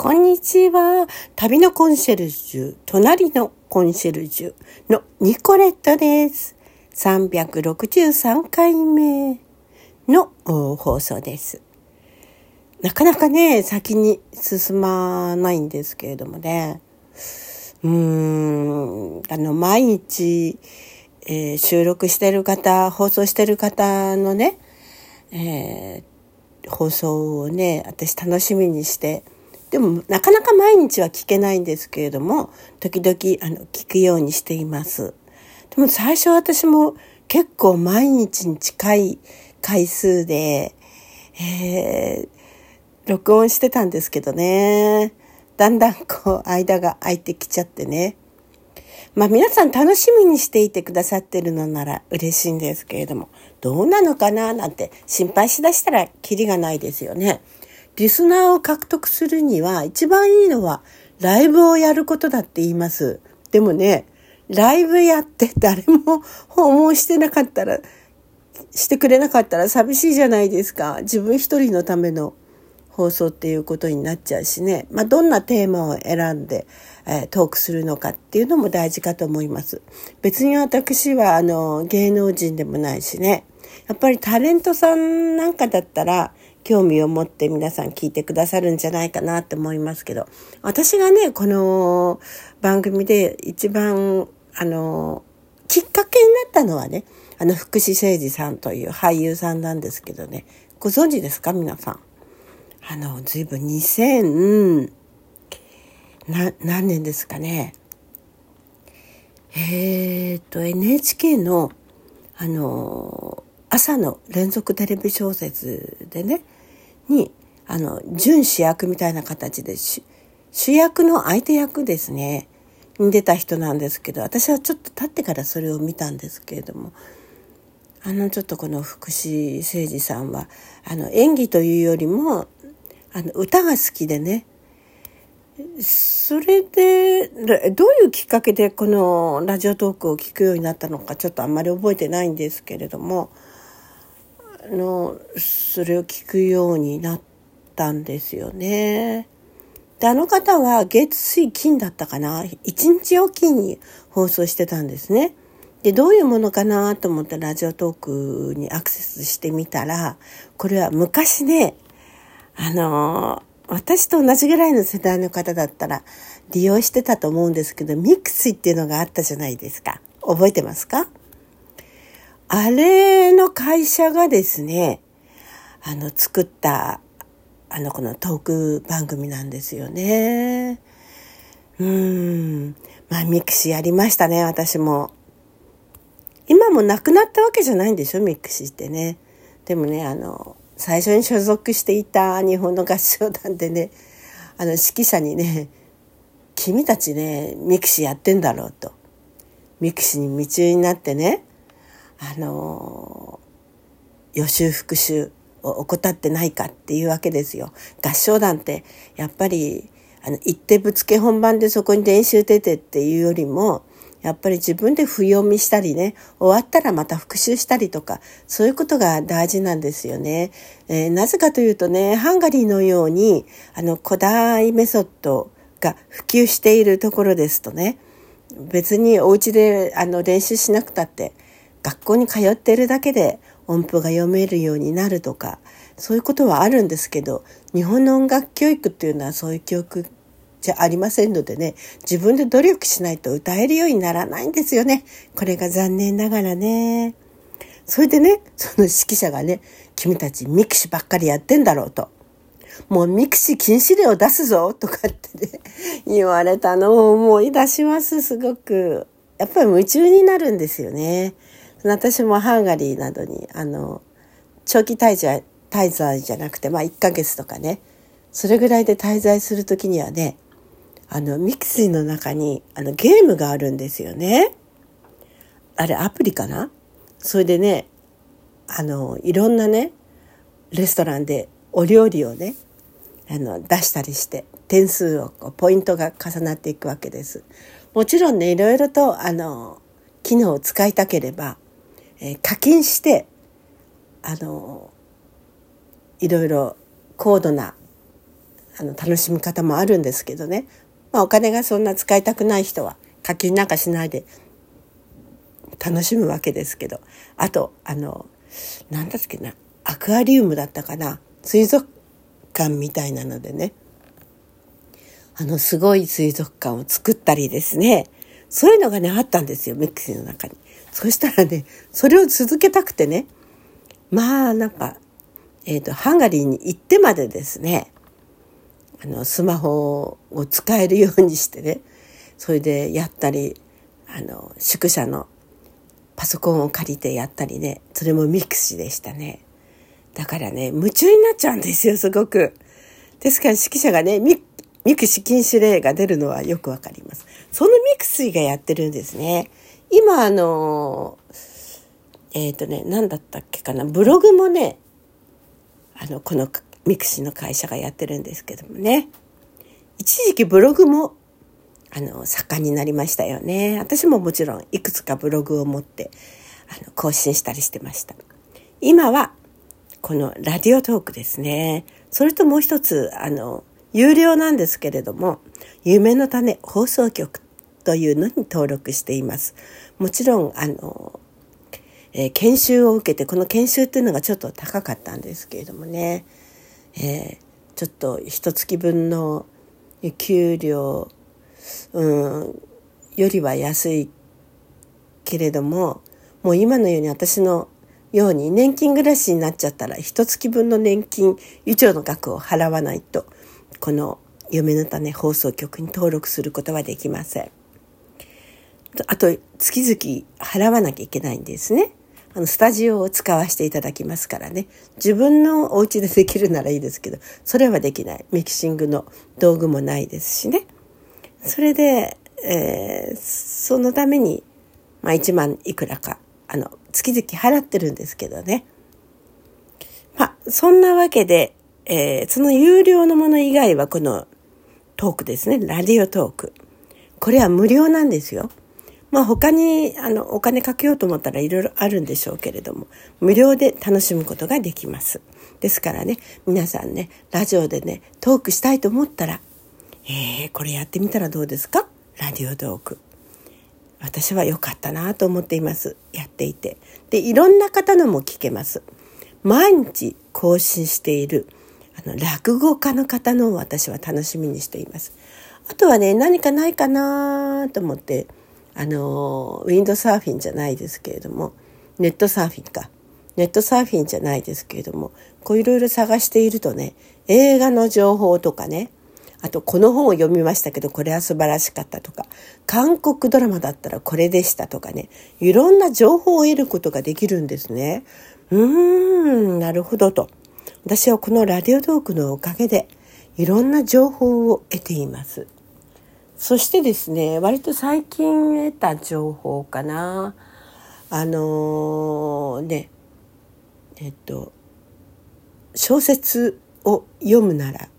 こんにちは。旅のコンシェルジュ、隣のコンシェルジュのニコレットです。363回目の放送です。なかなかね、先に進まないんですけれどもね。毎日、収録してる方、放送してる方のね、放送をね、私楽しみにして、でもなかなか毎日は聞けないんですけれども、時々聞くようにしています。でも最初私も結構毎日に近い回数で、録音してたんですけどね、だんだん間が空いてきちゃってね。皆さん楽しみにしていてくださってるのなら嬉しいんですけれども、どうなのかななんて心配しだしたらキリがないですよね。リスナーを獲得するには一番いいのはライブをやることだって言います。でもね、ライブやって誰も訪問してくれなかったら寂しいじゃないですか。自分一人のための放送っていうことになっちゃうしね。どんなテーマを選んで、トークするのかっていうのも大事かと思います。別に私は芸能人でもないしね。やっぱりタレントさんなんかだったら興味を持って皆さん聞いてくださるんじゃないかなって思いますけど、私がね、この番組で一番きっかけになったのはね、福士誠治さんという俳優さんなんですけどね、ご存知ですか皆さん。ずいぶん何年ですかね。NHK の朝の連続テレビ小説でねに準主役みたいな形で主役の相手役ですねに出た人なんですけど、私はちょっと経ってからそれを見たんですけれども、ちょっとこの福士誠治さんは演技というよりも歌が好きでね、それでどういうきっかけでこのラジオトークを聞くようになったのかちょっとあんまり覚えてないんですけれども、それを聞くようになったんですよね。で、あの方は月水金だったかな、一日おきに放送してたんですね。で、どういうものかなと思ってラジオトークにアクセスしてみたら、これは昔ね、私と同じぐらいの世代の方だったら利用してたと思うんですけど、ミクシーっていうのがあったじゃないですか。覚えてますか？あれの会社がですね、作ったこのトーク番組なんですよね。ミクシーやりましたね、私も。今もなくなったわけじゃないんでしょ、ミクシーってね。でもね、最初に所属していた日本の合唱団でね、指揮者にね、君たちね、ミクシーやってんだろうと。ミクシーに夢中になってね、予習復習を怠ってないかっていうわけですよ。合唱団ってやっぱり行ってぶつけ本番でそこに練習出てっていうよりも、やっぱり自分で譜読みしたりね、終わったらまた復習したりとか、そういうことが大事なんですよね。なぜかというとね、ハンガリーのように古代メソッドが普及しているところですとね、別にお家で練習しなくたって学校に通っているだけで音符が読めるようになるとか、そういうことはあるんですけど、日本の音楽教育っていうのはそういう教育じゃありませんのでね、自分で努力しないと歌えるようにならないんですよね。これが残念ながらね。それでね、その指揮者がね、君たちミクシばっかりやってんだろうと。もうミクシ禁止令を出すぞとかってね、言われたのを思い出します、すごく。やっぱり夢中になるんですよね。私もハンガリーなどに長期滞在じゃなくて1ヶ月とかね、それぐらいで滞在するときにはね、ミクシーの中にゲームがあるんですよね。あれアプリかな。それでね、いろんなねレストランでお料理をね出したりして、点数をポイントが重なっていくわけです。もちろんね、いろいろと機能を使いたければ課金していろいろ高度な楽しみ方もあるんですけどね、お金がそんな使いたくない人は課金なんかしないで楽しむわけですけど、あとなんだっけな、アクアリウムだったかな、水族館みたいなのでね、すごい水族館を作ったりですね、そういうのがねあったんですよ、ミクシーの中に。そしたらね、それを続けたくてね、ハンガリーに行ってまでですね、スマホを使えるようにしてね、それでやったり、宿舎のパソコンを借りてやったりね、それもミクシーでしたね。だからね、夢中になっちゃうんですよ、すごく。ですから指揮者がね、ミクシー禁止令が出るのはよくわかります。そのミクシーがやってるんですね。今何だったっけかな、ブログもね、このミクシーの会社がやってるんですけどもね、一時期ブログも盛んになりましたよね。私ももちろんいくつかブログを持って更新したりしてました。今はこのラジオトークですね。それともう一つ有料なんですけれども、夢の種放送局というのに登録しています。もちろん研修を受けて、この研修っていうのがちょっと高かったんですけれどもね、ちょっと一月分の給料よりは安いけれども、もう今のように私のように年金暮らしになっちゃったら、一月分の年金以上の額を払わないとこの夢の種放送局に登録することはできません。あと月々払わなきゃいけないんですね。スタジオを使わせていただきますからね。自分のお家でできるならいいですけど、それはできない。ミキシングの道具もないですしね。それで、そのために、1万いくらか月々払ってるんですけどね。そんなわけで、その有料のもの以外はこのトークですね、ラジオトーク、これは無料なんですよ。他にお金かけようと思ったらいろいろあるんでしょうけれども、無料で楽しむことができます。ですからね、皆さんね、ラジオでねトークしたいと思ったら、これやってみたらどうですか。ラジオトーク、私は良かったなと思っています。やっていて、でいろんな方のも聞けます。毎日更新している落語家の方のを私は楽しみにしています。あとはね、何かないかなと思って、ウィンドサーフィンじゃないですけれども、ネットサーフィンじゃないですけれども、こういろいろ探しているとね、映画の情報とかね、あとこの本を読みましたけどこれは素晴らしかったとか、韓国ドラマだったらこれでしたとかね、いろんな情報を得ることができるんですね。なるほどと。私はこのラジオトークのおかげでいろんな情報を得ています。そしてですね、割と最近得た情報かな。小説を読むなら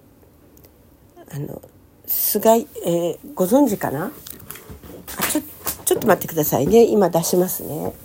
ご存知かな。ちょっと待ってくださいね。今出しますね。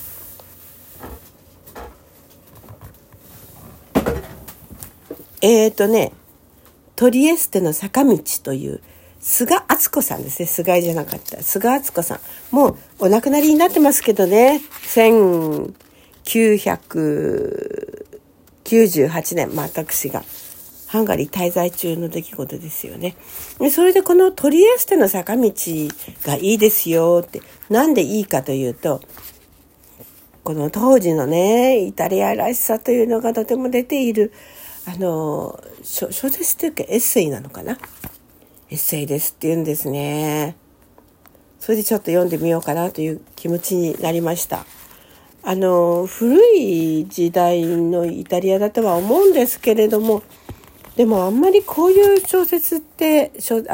トリエステの坂道という菅敦子さんですね。菅井じゃなかった。菅敦子さん。もうお亡くなりになってますけどね。1998年、私がハンガリー滞在中の出来事ですよね。それでこのトリエステの坂道がいいですよって、なんでいいかというと、この当時のね、イタリアらしさというのがとても出ている、小説というかエッセイなのかな。エッセイですって言うんですね。それでちょっと読んでみようかなという気持ちになりました。古い時代のイタリアだとは思うんですけれども、でもあんまりこういう小説ってエ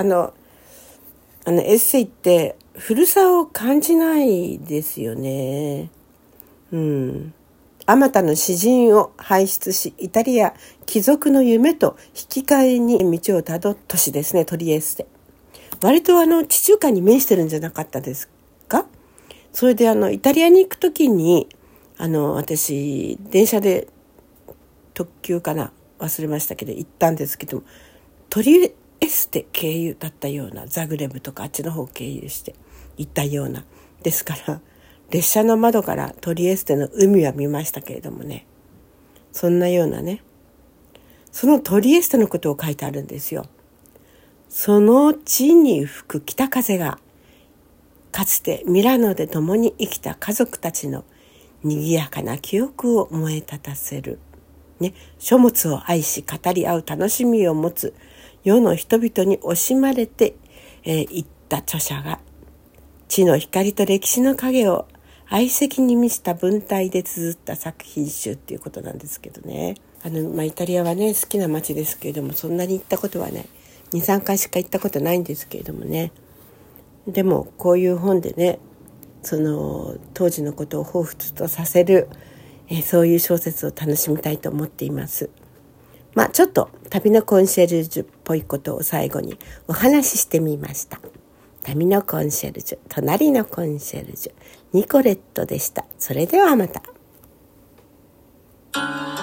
ッセイって古さを感じないですよね。あまたの詩人を輩出し、イタリア貴族の夢と引き換えに道をたどっ都市ですね、トリエステ。割と地中海に面してるんじゃなかったですか。それでイタリアに行くときに私電車で特急かな忘れましたけど行ったんですけど、 トリエステ経由だったような、ザグレブとかあっちの方経由して行ったような。ですから列車の窓からトリエステの海は見ましたけれどもね、そんなようなね、そのトリエステのことを書いてあるんですよ。その地に吹く北風が、かつてミラノで共に生きた家族たちの賑やかな記憶を燃え立たせる。ね、書物を愛し語り合う楽しみを持つ世の人々に惜しまれていった著者が、地の光と歴史の影を愛石に満ちた文体で綴った作品集っていうことなんですけどね。イタリアはね、好きな街ですけれども、そんなに行ったことはね、2、3回しか行ったことないんですけれどもね。でもこういう本でね、その当時のことを彷彿とさせる、そういう小説を楽しみたいと思っています。ちょっと旅のコンシェルジュっぽいことを最後にお話ししてみました。旅のコンシェルジュ、隣のコンシェルジュ、ニコレットでした。それではまた。